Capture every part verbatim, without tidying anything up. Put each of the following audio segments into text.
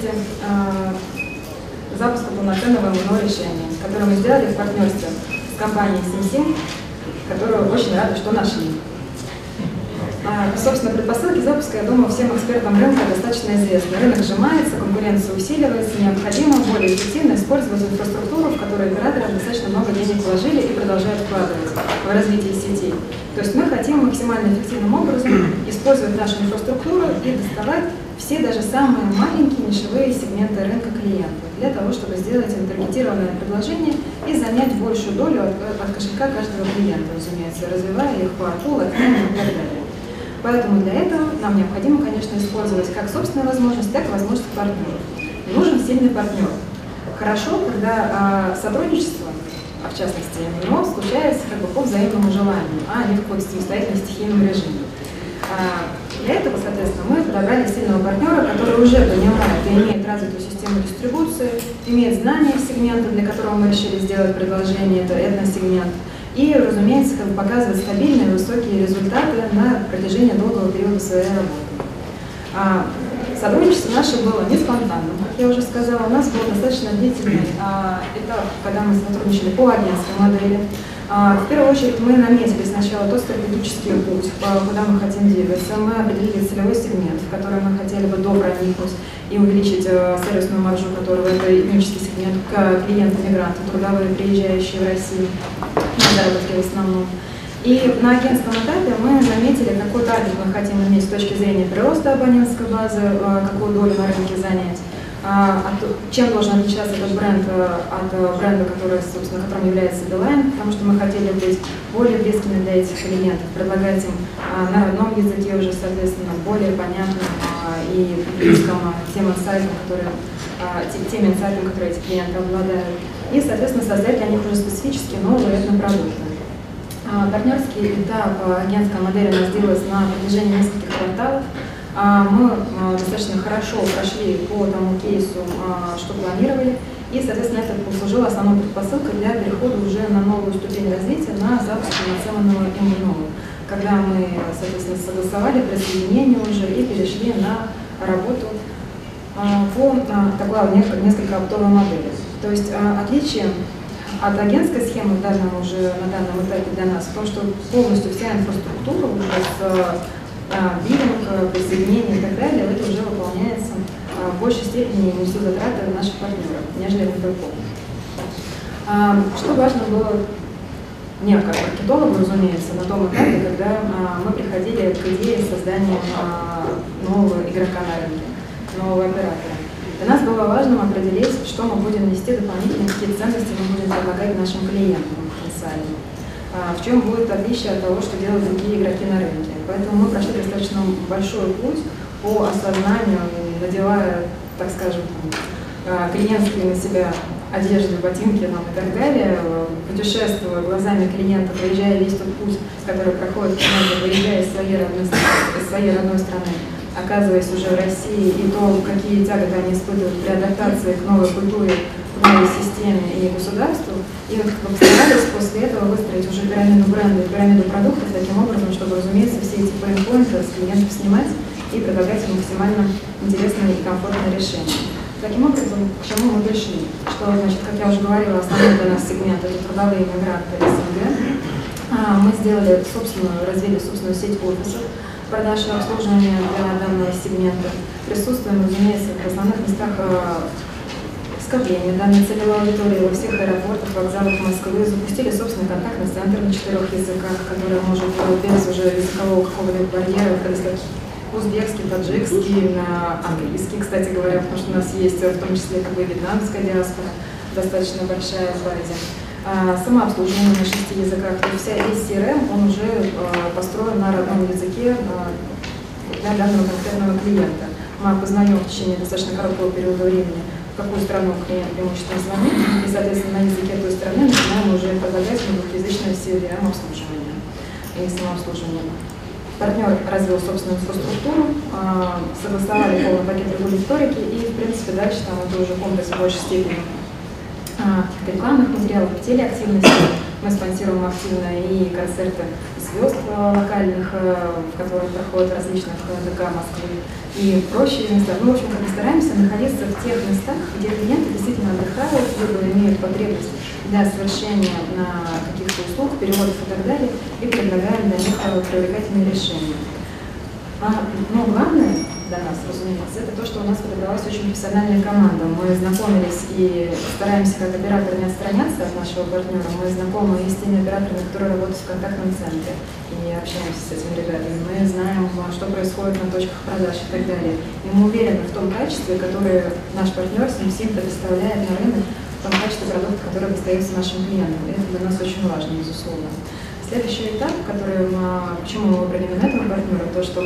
части э, запуска полноценного эм эн о решения, которое мы сделали в партнерстве с компанией SimSim, которую очень рады, что нашли. А, собственно, предпосылки запуска, я думаю, всем экспертам рынка достаточно известны. Рынок сжимается, конкуренция усиливается, необходимо более эффективно использовать инфраструктуру, в которую операторы достаточно много денег вложили и продолжают вкладывать в развитие сетей. То есть мы хотим максимально эффективным образом использовать нашу инфраструктуру и доставать все даже самые маленькие нишевые сегменты рынка клиентов для того, чтобы сделать им таргетированное предложение и занять большую долю от, от кошелька каждого клиента, разумеется, развивая их по арту, и так далее. Поэтому для этого нам необходимо, конечно, использовать как собственную возможность, так и возможность партнеров. И нужен сильный партнер. Хорошо, когда э, сотрудничество, а в частности эм эн о, случается как бы по взаимному желанию, а не в какой-то самостоятельном стихийном режиме. А, для этого, соответственно, мы подобрали сильного партнера, который уже понимает и имеет развитую систему дистрибуции, имеет знания сегмента, для которого мы решили сделать предложение, это этносегмент. И, разумеется, как бы показывать стабильные высокие результаты на протяжении долгого периода своей работы. А, сотрудничество наше было не спонтанным, как я уже сказала, у нас был достаточно длительный а, этап, когда мы сотрудничали по агентской модели. А, в первую очередь мы наметили сначала тот стратегический путь, куда мы хотим двигаться. Мы определили целевой сегмент, в который мы хотели бы допроникнуть и увеличить а, сервисную маржу, которого это этнический сегмент, клиенты-мигранты, трудовые, приезжающие в Россию, на заработки в основном. И на агентском этапе мы наметили, какой таргет мы хотим иметь с точки зрения прироста абонентской базы, какую долю на рынке занять, чем должен отличаться этот бренд от бренда, который, собственно, которым является Билайн, потому что мы хотели быть более близкими для этих клиентов, предлагать им на родном языке уже, соответственно, более понятным и близким тем инсайтам, которые, тем инсайтам, которые эти клиенты обладают, и, соответственно, создать для них уже специфические новые этнопродукты. Партнерский этап агентской модели у нас длилась на протяжении нескольких кварталов. Мы достаточно хорошо прошли по тому кейсу, что планировали, и, соответственно, это послужило основной предпосылкой для перехода уже на новую ступень развития, на запуск полноценного эм эн о, когда мы, соответственно, согласовали присоединение уже и перешли на работу по такой несколько оптовой модели. То есть отличие от агентской схемы в данном уже на данном этапе для нас в том, что полностью вся инфраструктура уже с биллинг, присоединение и так далее, это уже выполняется в большей степени несут затраты наших партнеров, нежели Мегафон. Что важно было мне, как маркетологу, разумеется, на том этапе, когда мы приходили к идее создания нового игрока на рынке, нового оператора. Для нас было важно определить, что мы будем нести дополнительно, какие ценности мы будем предлагать нашим клиентам потенциально. В чем будет отличие от того, что делают другие игроки на рынке. Поэтому мы прошли достаточно большой путь по осознанию, надевая, так скажем, клиентские на себя одежды, ботинки нам, и так далее, путешествуя глазами клиента, проезжая весь тот путь, который проходит клиент, выезжая из своей родной, из своей родной страны, оказываясь уже в России, и то, какие тяготы они испытывают при адаптации к новой культуре, к новой системе и государству, и вот постарались после этого выстроить уже пирамиду бренда и пирамиду продуктов таким образом, чтобы, разумеется, все эти пейнпоинты с клиентов снимать и предлагать им максимально интересные и комфортные решения. Таким образом, к чему мы пришли? Что, значит, как я уже говорила, основной для нас сегмент – это трудовые мигранты эс эн гэ. Мы сделали собственную, развили собственную сеть офисов продаж и обслуживания для данного сегмента. Присутствуем, разумеется, в основных местах скопления данной целевой аудитории во всех аэропортах, вокзалах Москвы. Запустили собственный контактный центр на четырех языках, который может без уже языкового какого-либо барьера предоставить узбекский, таджикский, английский, кстати говоря, потому что у нас есть в том числе как бы вьетнамская диаспора, достаточно большая в базе. Самообслуживание на шести языках, то есть вся весь си эр эм, он уже построен на родном языке для данного конкретного клиента. Мы опознаем в течение достаточно короткого периода времени, в какую страну клиент преимущественно звонит, и, соответственно, на языке той страны начинаем уже предлагать двухязычное си эр эм обслуживание и самообслуживание. Партнер развил собственную инфраструктуру, согласовали полный пакет регуляторики и, в принципе, дальше там это уже комплекс в большей степени рекламных материалов, в телеактивности. Мы спонсируем активно и концерты звезд локальных, в которых проходят различных ДК Москвы, и прочие места. Мы, в общем, как бы стараемся находиться в тех местах, где клиенты действительно отдыхают, либо имеют потребность для совершения каких-то услуг, переводов и так далее, и предлагаем для них привлекательные решения. Но главное для нас, разумеется, это то, что у нас подобралась очень профессиональная команда. Мы знакомились и стараемся как оператор не отстраняться от нашего партнера. Мы знакомы и с теми операторами, которые работают в контактном центре, и общаемся с этими ребятами. Мы знаем, что происходит на точках продаж и так далее. И мы уверены в том качестве, которое наш партнер сим-сим предоставляет на рынок, в том качестве продукта, который достается нашим клиентам. И это для нас очень важно, безусловно. Следующий этап, который мы, почему мы выбрали именно этого партнера, то, что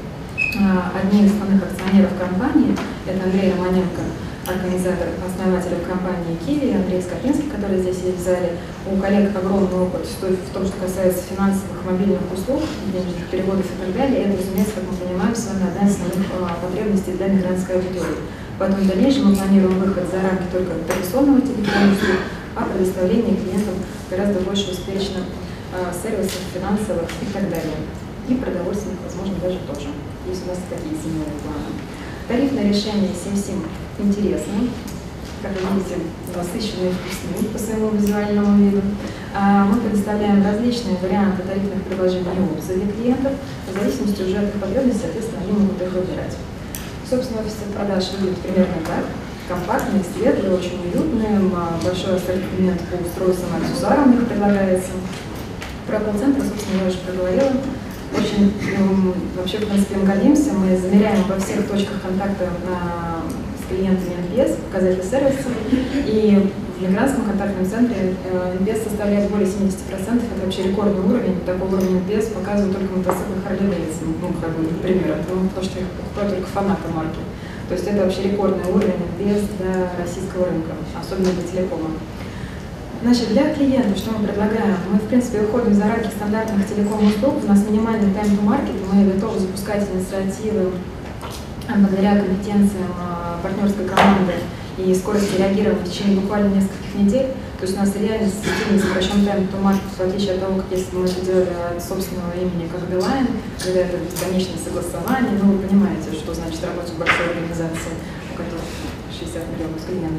одни из основных акционеров компании, это Андрей Романенко, организатор, основатель компании Киви, Андрей Скопинский, который здесь есть в зале. У коллег огромный опыт в том, что касается финансовых мобильных услуг, денежных переводов и так далее. И это, разумеется, как мы понимаем, с вами одна из основных потребностей для мигрантской аудитории. Поэтому в дальнейшем мы планируем выход за рамки только традиционного телефона услуг, а предоставление клиентам гораздо большего спектра сервисов, финансовых и так далее. И продовольственных, возможно, даже тоже. Есть у нас такие семейные планы. Тарифное решение сим-сим интересно. Как вы видите, насыщенные и вкусные по своему визуальному виду. Мы предоставляем различные варианты тарифных предложений и опций для клиентов. В зависимости уже от их потребностей, соответственно, они могут их выбирать. Собственно, офис продаж выглядит примерно так. Компактные, светлые, очень уютные. Большой ассортимент по устройствам и аксессуарам у них предлагается. Про колл-центр, собственно, я уже проговорила. Очень, ну, вообще, в принципе, мы гордимся. Мы замеряем во всех точках контакта а, с клиентами эн пи эс, показатели сервиса. И в мигрантском контактном центре эн пи эс составляет более семидесяти процентов. Это вообще рекордный уровень. Такой уровень эн пи эс показывают только мотоциклы Harley Davidson. Ну, как бы, например, потому что их покупают только фанаты марки. То есть это вообще рекордный уровень эн пи эс для российского рынка, особенно для телекома. Значит, для клиента, что мы предлагаем? Мы, в принципе, выходим за рамки стандартных телеком-услуг. У нас минимальный time to market, мы готовы запускать инициативы благодаря компетенциям партнерской команды и скорости реагирования в течение буквально нескольких недель. То есть у нас реально сильно сокращен time to market, в отличие от того, как если бы мы это делали от собственного имени, как Билайн, когда это бесконечное согласование. Ну, вы понимаете, что значит работать в большой организации, у которой шестьдесят миллионов клиентов.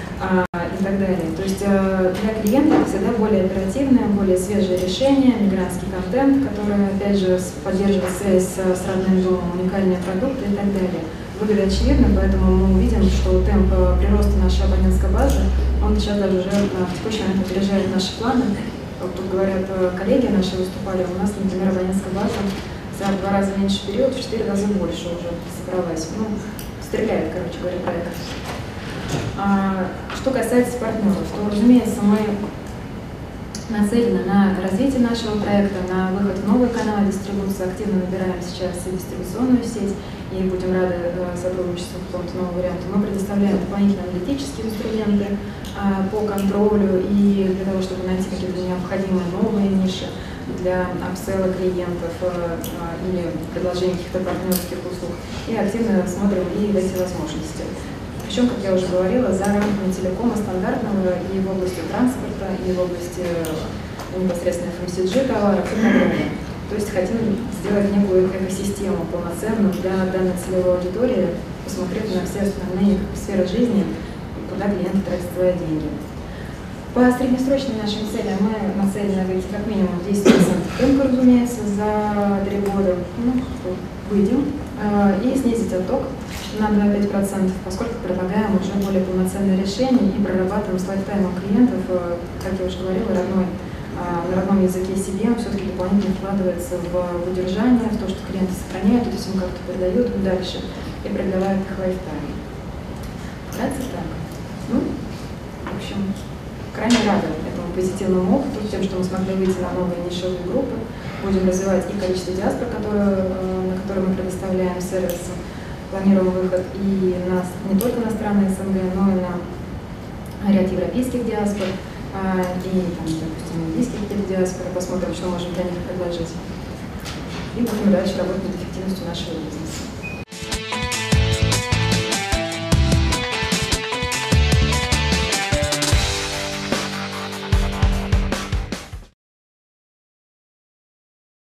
И так далее. То есть для клиента это всегда более оперативное, более свежее решение, мигрантский контент, который, опять же, поддерживает связь с родным домом, уникальные продукты и так далее. Выглядит очевидно, поэтому мы увидим, что темп прироста нашей абонентской базы, он сейчас даже уже в текущий момент опережает наши планы. Вот тут говорят, коллеги наши выступали, у нас, например, абонентская база за два раза меньше период, в четыре раза больше уже собралась. Ну, стреляет, короче говоря, проект. Что касается партнеров, то, разумеется, мы нацелены на развитие нашего проекта, на выход в новые каналы дистрибуции. Активно набираем сейчас и дистрибуционную сеть, и будем рады сотрудничеству в каком-то новом варианте. Мы предоставляем дополнительные аналитические инструменты по контролю и для того, чтобы найти какие-то необходимые новые ниши для апселла клиентов или предложения каких-то партнерских услуг. И активно смотрим и эти возможности. Причем, как я уже говорила, за рамками телекома стандартного и в области транспорта, и в области непосредственно эф эм си джи товаров и так далее. То есть хотим сделать некую экосистему полноценную для данной целевой аудитории, посмотреть на все остальные сферы жизни, куда клиенты тратят свои деньги. По среднесрочным нашим целям мы нацелены выйти как минимум десять процентов рынка, разумеется, за три года. Ну, выйдем. И снизить отток на два-пять процентов, поскольку предлагаем уже более полноценное решение и прорабатываем с лайфтаймом клиентов, как я уже говорила, родной, на родном языке си би эм все-таки дополнительно вкладывается в удержание, в то, что клиенты сохраняют эту сим-карту, передают им дальше и продлевают их лайфтайм. Вкратце так. Ну, в общем, крайне рады этому позитивному опыту, тем, что мы смогли выйти на новые нишевые группы. Будем развивать и количество диаспор, которые, на которые мы предоставляем сервисы. Планируем выход и на не только иностранные эс эн гэ, но и на ряд европейских диаспор, и, там, допустим, индийских диаспор. Посмотрим, что можем для них предложить. И будем дальше работать над эффективностью нашего бизнеса.